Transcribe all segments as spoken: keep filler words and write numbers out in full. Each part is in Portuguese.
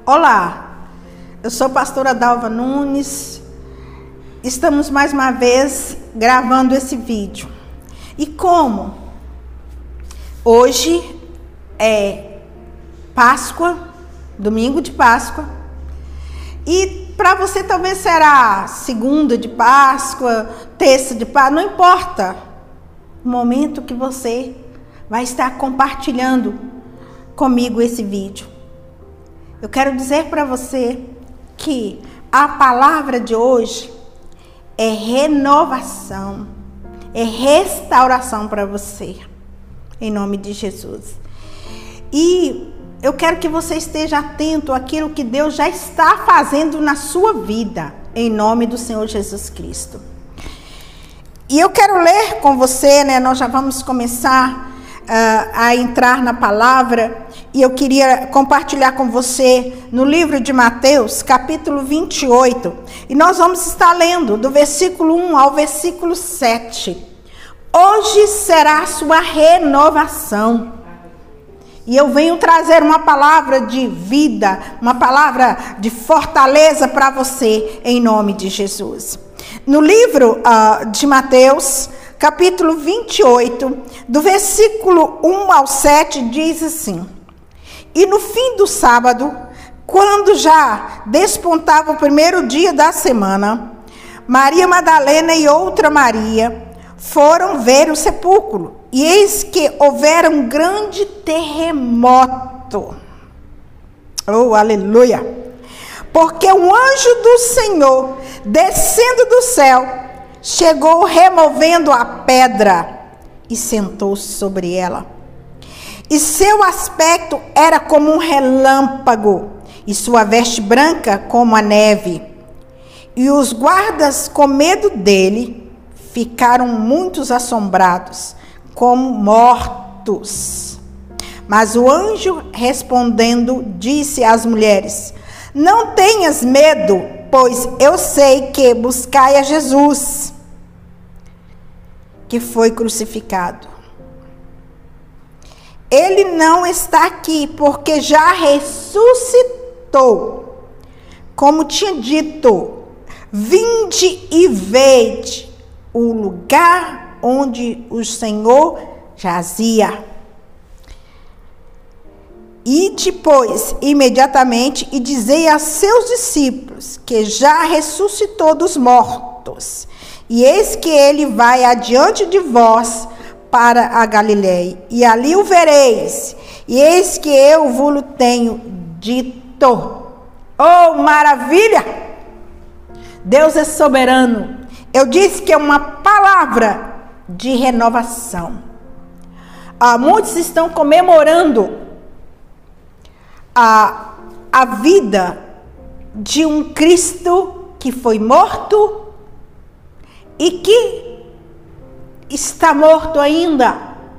Olá, eu sou a pastora Dalva Nunes. Estamos mais uma vez gravando esse vídeo. E como hoje é Páscoa, domingo de Páscoa, e para você talvez será segunda de Páscoa, terça de Páscoa, não importa o momento que você vai estar compartilhando comigo esse vídeo. Eu quero dizer para você que a palavra de hoje é renovação, é restauração para você, em nome de Jesus. E eu quero que você esteja atento àquilo que Deus já está fazendo na sua vida, em nome do Senhor Jesus Cristo. E eu quero ler com você, né? Nós já vamos começar uh, a entrar na palavra. E eu queria compartilhar com você no livro de Mateus, capítulo vinte e oito. E nós vamos estar lendo do versículo um ao versículo sete. Hoje será a sua renovação. E eu venho trazer uma palavra de vida, uma palavra de fortaleza para você, em nome de Jesus. No livro uh, de Mateus, capítulo vinte e oito, do versículo um ao sete, diz assim: E no fim do sábado, quando já despontava o primeiro dia da semana, Maria Madalena e outra Maria foram ver o sepulcro. E eis que houvera um grande terremoto. Oh, aleluia! Porque o anjo do Senhor, descendo do céu, chegou removendo a pedra e sentou-se sobre ela. E seu aspecto era como um relâmpago, e sua veste branca como a neve. E os guardas, com medo dele, ficaram muitos assombrados, como mortos. Mas o anjo, respondendo, disse às mulheres: Não tenhas medo, pois eu sei que buscai a Jesus, que foi crucificado. Ele não está aqui, porque já ressuscitou. Como tinha dito, vinde e vede o lugar onde o Senhor jazia. E depois, imediatamente, e dizei a seus discípulos que já ressuscitou dos mortos. E eis que ele vai adiante de vós para a Galileia, e ali o vereis, e eis que eu vos tenho dito. Oh, maravilha! Deus é soberano. Eu disse que é uma palavra de renovação. Ah, muitos estão comemorando a, a vida de um Cristo que foi morto e que está morto ainda.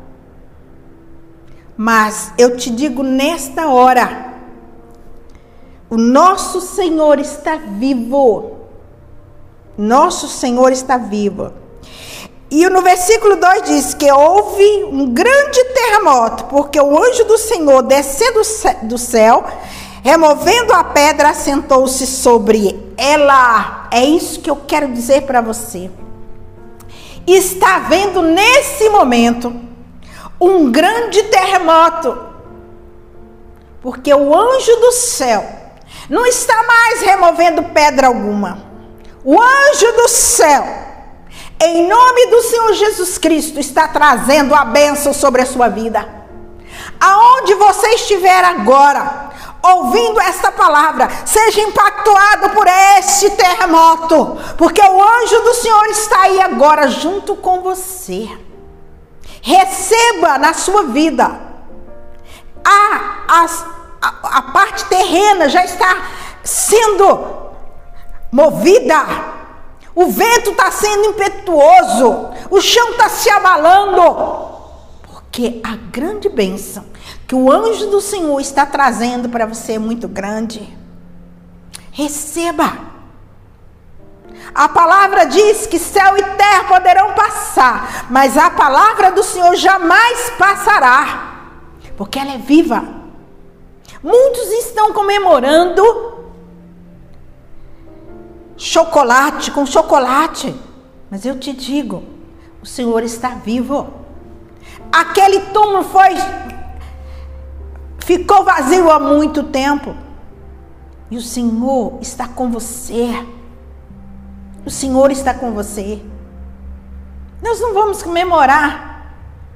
Mas eu te digo nesta hora, o nosso Senhor está vivo. Nosso Senhor está vivo. E no versículo dois diz que houve um grande terremoto, porque o anjo do Senhor, descendo do céu, removendo a pedra, assentou-se sobre ela. É isso que eu quero dizer para você. Está vendo nesse momento um grande terremoto, porque o anjo do céu não está mais removendo pedra alguma. O anjo do céu, em nome do Senhor Jesus Cristo, está trazendo a bênção sobre a sua vida. Aonde você estiver agora, ouvindo esta palavra, seja impactado por este terremoto, porque o anjo do Senhor está aí agora junto com você. Receba na sua vida. A, a, a, a parte terrena já está sendo movida. O vento está sendo impetuoso. O chão está se abalando. Porque a grande bênção que o anjo do Senhor está trazendo para você é muito grande. Receba. A palavra diz que céu e terra poderão passar, mas a palavra do Senhor jamais passará, porque ela é viva. Muitos estão comemorando chocolate com chocolate. Mas eu te digo, o Senhor está vivo. Aquele túmulo foi, ficou vazio há muito tempo. E o Senhor está com você. O Senhor está com você. Nós não vamos comemorar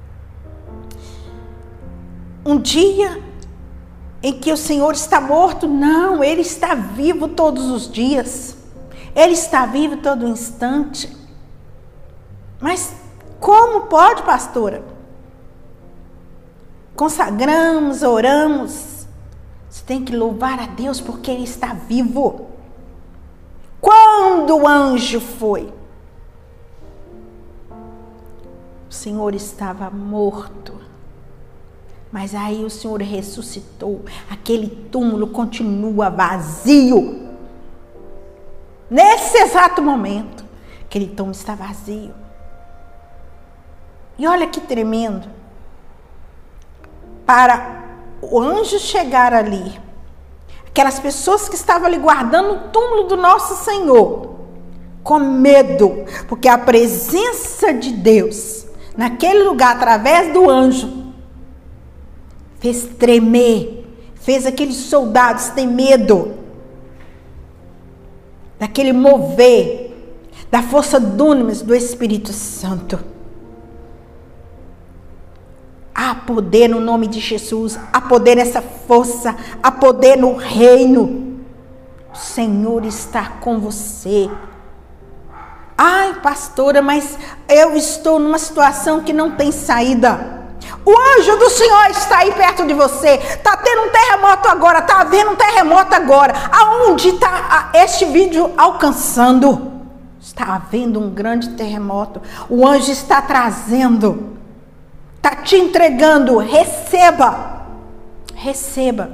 um dia em que o Senhor está morto. Não, Ele está vivo todos os dias. Ele está vivo todo instante. Mas como pode, pastora? Consagramos, oramos. Você tem que louvar a Deus porque Ele está vivo. Quando o anjo foi, o Senhor estava morto. Mas aí o Senhor ressuscitou. Aquele túmulo continua vazio. Nesse exato momento, aquele túmulo está vazio. E olha que tremendo. Para o anjo chegar ali, aquelas pessoas que estavam ali guardando o túmulo do nosso Senhor, com medo, porque a presença de Deus naquele lugar, através do anjo, fez tremer, fez aqueles soldados ter medo daquele mover, da força dunamis do Espírito Santo. Há poder no nome de Jesus, há poder nessa força, há poder no reino. O Senhor está com você. Ai, pastora, mas eu estou numa situação que não tem saída. O anjo do Senhor está aí perto de você. Está tendo um terremoto agora, está havendo um terremoto agora. Aonde está este vídeo alcançando? Está havendo um grande terremoto. O anjo está trazendo, está te entregando. Receba, receba.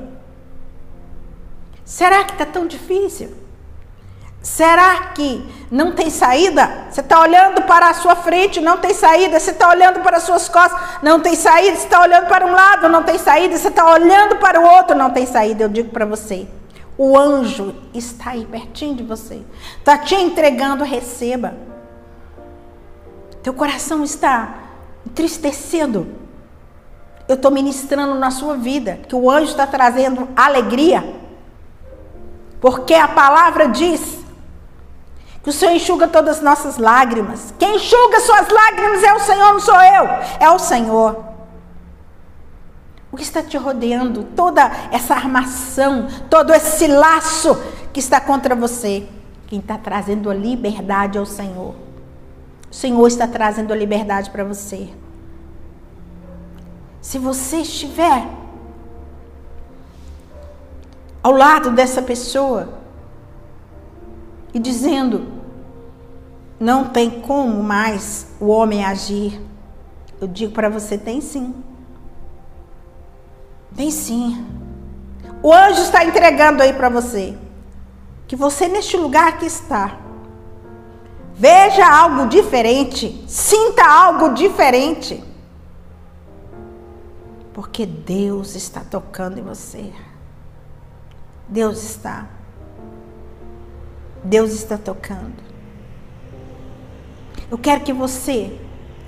Será que está tão difícil? Será que não tem saída? Você está olhando para a sua frente, não tem saída. Você está olhando para as suas costas, não tem saída. Você está olhando para um lado, não tem saída. Você está olhando para o outro, não tem saída. Eu digo para você, o anjo está aí pertinho de você. Está te entregando, receba. Teu coração está entristecido. Eu estou ministrando na sua vida que o anjo está trazendo alegria. Porque a palavra diz que o Senhor enxuga todas as nossas lágrimas. Quem enxuga suas lágrimas é o Senhor, não sou eu. É o Senhor. O que está te rodeando? Toda essa armação, todo esse laço que está contra você. Quem está trazendo a liberdade é o Senhor. O Senhor está trazendo a liberdade para você. Se você estiver ao lado dessa pessoa e dizendo, não tem como mais o homem agir, eu digo para você, tem sim. Tem sim. O anjo está entregando aí para você, que você neste lugar que está, veja algo diferente, sinta algo diferente, porque Deus está tocando em você. Deus está. Deus está tocando. Eu quero que você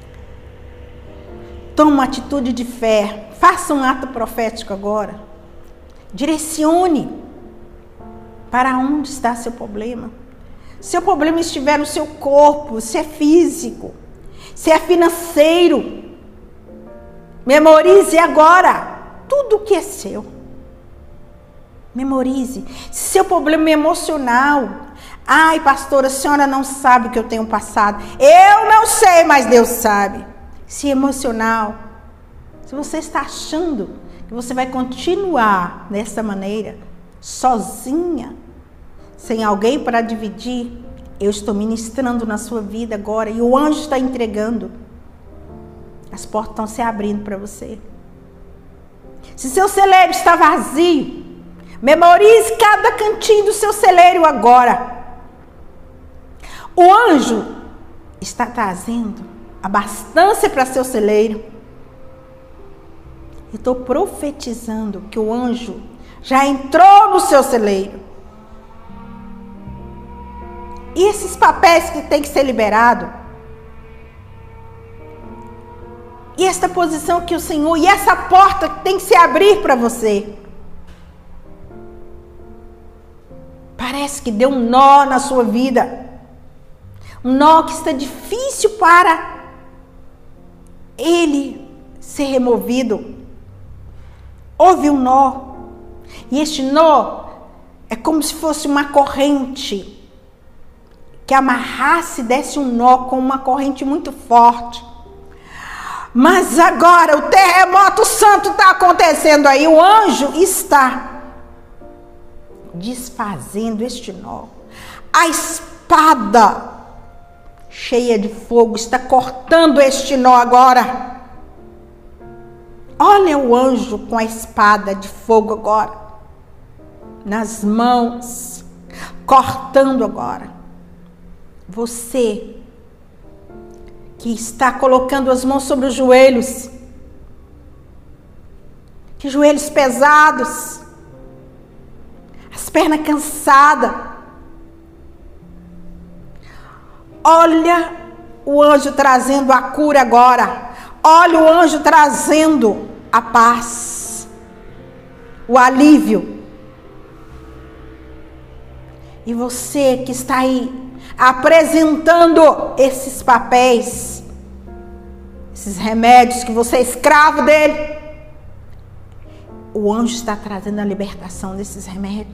tome uma atitude de fé. Faça um ato profético agora. Direcione para onde está seu problema. Seu problema estiver no seu corpo, se é físico, se é financeiro. Memorize agora tudo que é seu. Memorize. Se seu problema é emocional, ai, pastora, a senhora não sabe o que eu tenho passado. Eu não sei, mas Deus sabe. Se emocional, se você está achando que você vai continuar dessa maneira, sozinha, sem alguém para dividir, eu estou ministrando na sua vida agora e o anjo está entregando. As portas estão se abrindo para você. Se seu celeiro está vazio, memorize cada cantinho do seu celeiro agora. O anjo está trazendo abastança para seu celeiro. Eu estou profetizando que o anjo já entrou no seu celeiro. E esses papéis que tem que ser liberado, e esta posição que o Senhor, e essa porta que tem que se abrir para você. Parece que deu um nó na sua vida. Um nó que está difícil para ele ser removido. Houve um nó. E este nó é como se fosse uma corrente que amarrasse e desse um nó com uma corrente muito forte. Mas agora o terremoto santo está acontecendo aí. O anjo está desfazendo este nó. A espada cheia de fogo está cortando este nó agora. Olha o anjo com a espada de fogo agora nas mãos, cortando agora. Você que está colocando as mãos sobre os joelhos, que joelhos pesados, as pernas cansadas. Olha o anjo trazendo a cura agora. Olha o anjo trazendo a paz, o alívio. E você que está aí apresentando esses papéis, esses remédios que você é escravo dele, o anjo está trazendo a libertação desses remédios.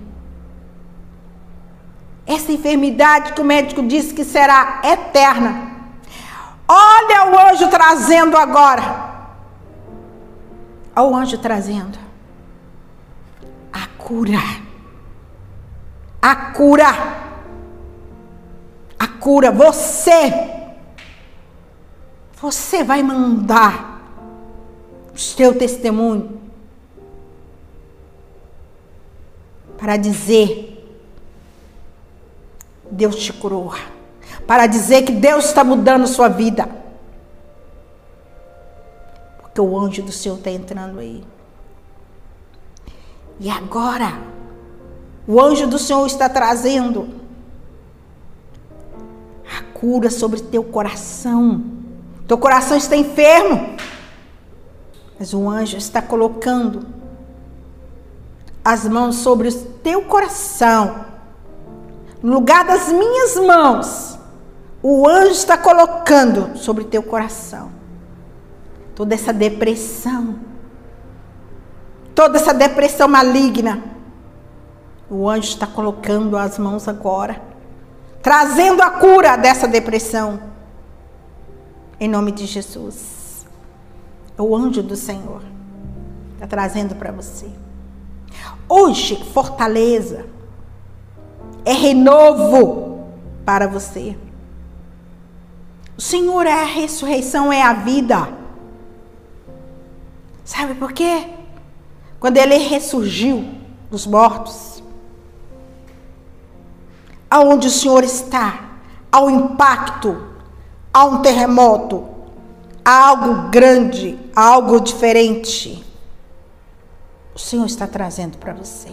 Essa enfermidade que o médico disse que será eterna, olha o anjo trazendo agora. Olha o anjo trazendo a cura. A cura. A cura. Você. Você vai mandar o seu testemunho para dizer: Deus te curou. Para dizer que Deus está mudando sua vida. Porque o anjo do Senhor está entrando aí. E agora, o anjo do Senhor está trazendo a cura sobre teu coração. Teu coração está enfermo. Mas o anjo está colocando as mãos sobre o teu coração. No lugar das minhas mãos, o anjo está colocando sobre teu coração toda essa depressão, toda essa depressão maligna. O anjo está colocando as mãos agora, trazendo a cura dessa depressão, em nome de Jesus. O anjo do Senhor está trazendo para você. Hoje, fortaleza, é renovo para você. O Senhor é a ressurreição, é a vida. Sabe por quê? Quando Ele ressurgiu dos mortos, aonde o Senhor está, há um impacto, há um terremoto, há algo grande, há algo diferente. O Senhor está trazendo para você.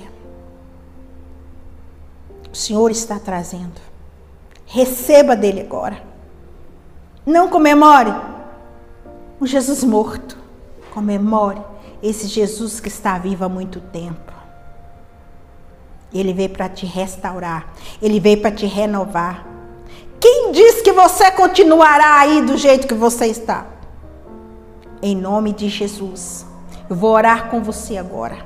O Senhor está trazendo. Receba dele agora. Não comemore um Jesus morto. Comemore esse Jesus que está vivo há muito tempo. Ele veio para te restaurar. Ele veio para te renovar. Quem diz que você continuará aí do jeito que você está? Em nome de Jesus. Eu vou orar com você agora.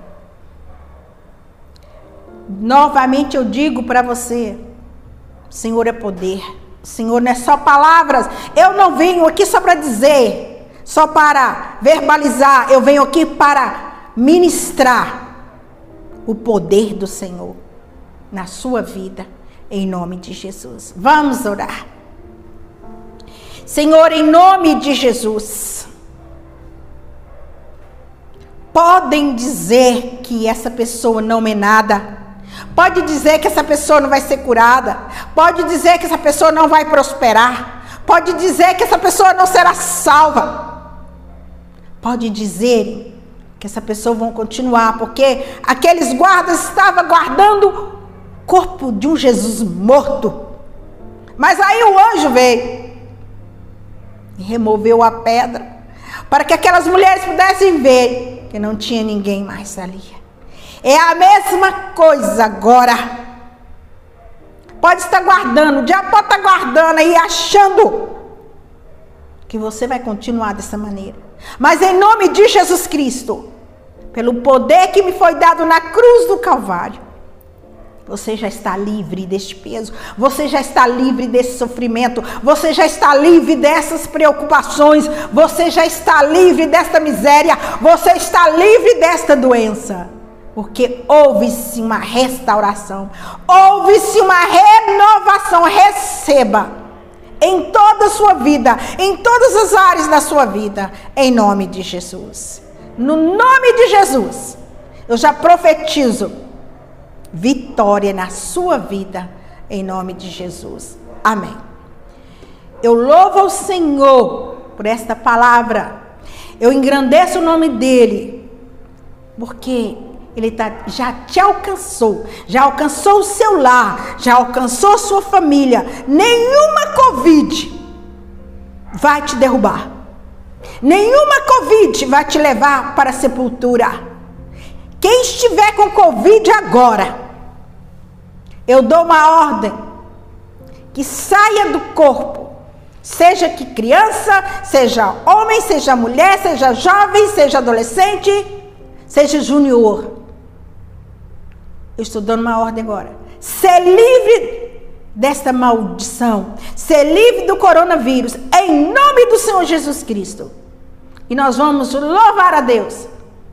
Novamente eu digo para você, o Senhor é poder, o Senhor não é só palavras. Eu não venho aqui só para dizer, só para verbalizar, eu venho aqui para ministrar o poder do Senhor na sua vida, em nome de Jesus. Vamos orar. Senhor, em nome de Jesus, podem dizer que essa pessoa não é nada. Pode dizer que essa pessoa não vai ser curada. Pode dizer que essa pessoa não vai prosperar. Pode dizer que essa pessoa não será salva. Pode dizer que que essa pessoa vão continuar, porque aqueles guardas estavam guardando o corpo de um Jesus morto. Mas aí o anjo veio e removeu a pedra, para que aquelas mulheres pudessem ver que não tinha ninguém mais ali. É a mesma coisa agora. Pode estar guardando, o diabo pode estar guardando aí, achando que você vai continuar dessa maneira. Mas em nome de Jesus Cristo, pelo poder que me foi dado na cruz do Calvário, você já está livre deste peso, você já está livre desse sofrimento, você já está livre dessas preocupações, você já está livre desta miséria, você está livre desta doença. Porque houve-se uma restauração, houve-se uma renovação. Receba em toda a sua vida, em todas as áreas da sua vida, em nome de Jesus. No nome de Jesus, eu já profetizo vitória na sua vida, em nome de Jesus. Amém. Eu louvo ao Senhor por esta palavra. Eu engrandeço o nome dEle, porque Ele tá, já te alcançou, já alcançou o seu lar, já alcançou a sua família. Nenhuma Covid vai te derrubar. Nenhuma Covid vai te levar para a sepultura. Quem estiver com Covid agora, eu dou uma ordem que saia do corpo. Seja que criança, seja homem, seja mulher, seja jovem, seja adolescente, seja júnior. Eu estou dando uma ordem agora. Ser livre desta maldição. Ser livre do coronavírus. Em nome do Senhor Jesus Cristo. E nós vamos louvar a Deus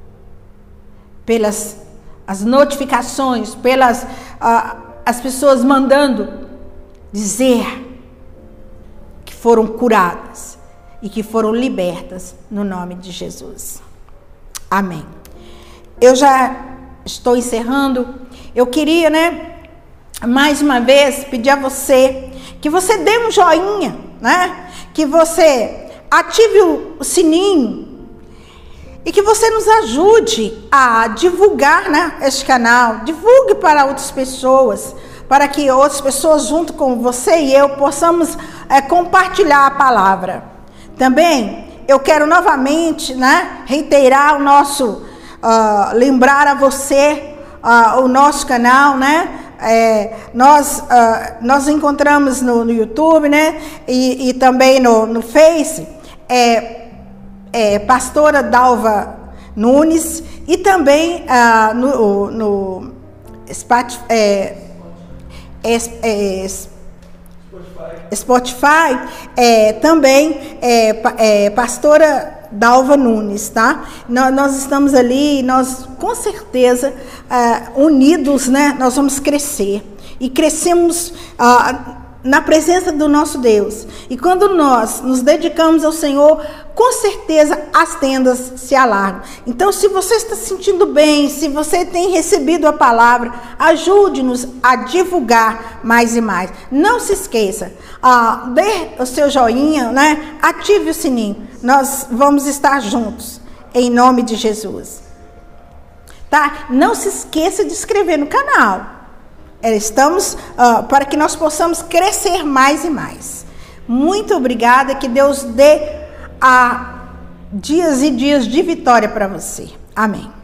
pelas as notificações, pelas uh, as pessoas mandando dizer que foram curadas e que foram libertas no nome de Jesus. Amém. Eu já estou encerrando. Eu queria, né, mais uma vez pedir a você que você dê um joinha, né? Que você ative o sininho e que você nos ajude a divulgar, né, este canal. Divulgue para outras pessoas, para que outras pessoas junto com você e eu possamos é, compartilhar a palavra. Também eu quero novamente, né, reiterar o nosso Uh, lembrar a você uh, o nosso canal, né? É, nós, uh, nós encontramos no, no YouTube, né? E, e também no, no Face, é, é, Pastora Dalva Nunes, e também uh, no, no Spotify, é, é, é, Spotify é, também é, é, Pastora Dalva Nunes, tá? Nós, nós estamos ali, nós com certeza uh, unidos, né? Nós vamos crescer e crescemos uh, na presença do nosso Deus. E quando nós nos dedicamos ao Senhor, com certeza as tendas se alargam. Então, se você está se sentindo bem, se você tem recebido a palavra, ajude-nos a divulgar mais e mais. Não se esqueça, uh, dê o seu joinha, né? Ative o sininho. Nós vamos estar juntos, em nome de Jesus. Tá? Não se esqueça de se inscrever no canal. Estamos uh, para que nós possamos crescer mais e mais. Muito obrigada, que Deus dê a dias e dias de vitória para você. Amém.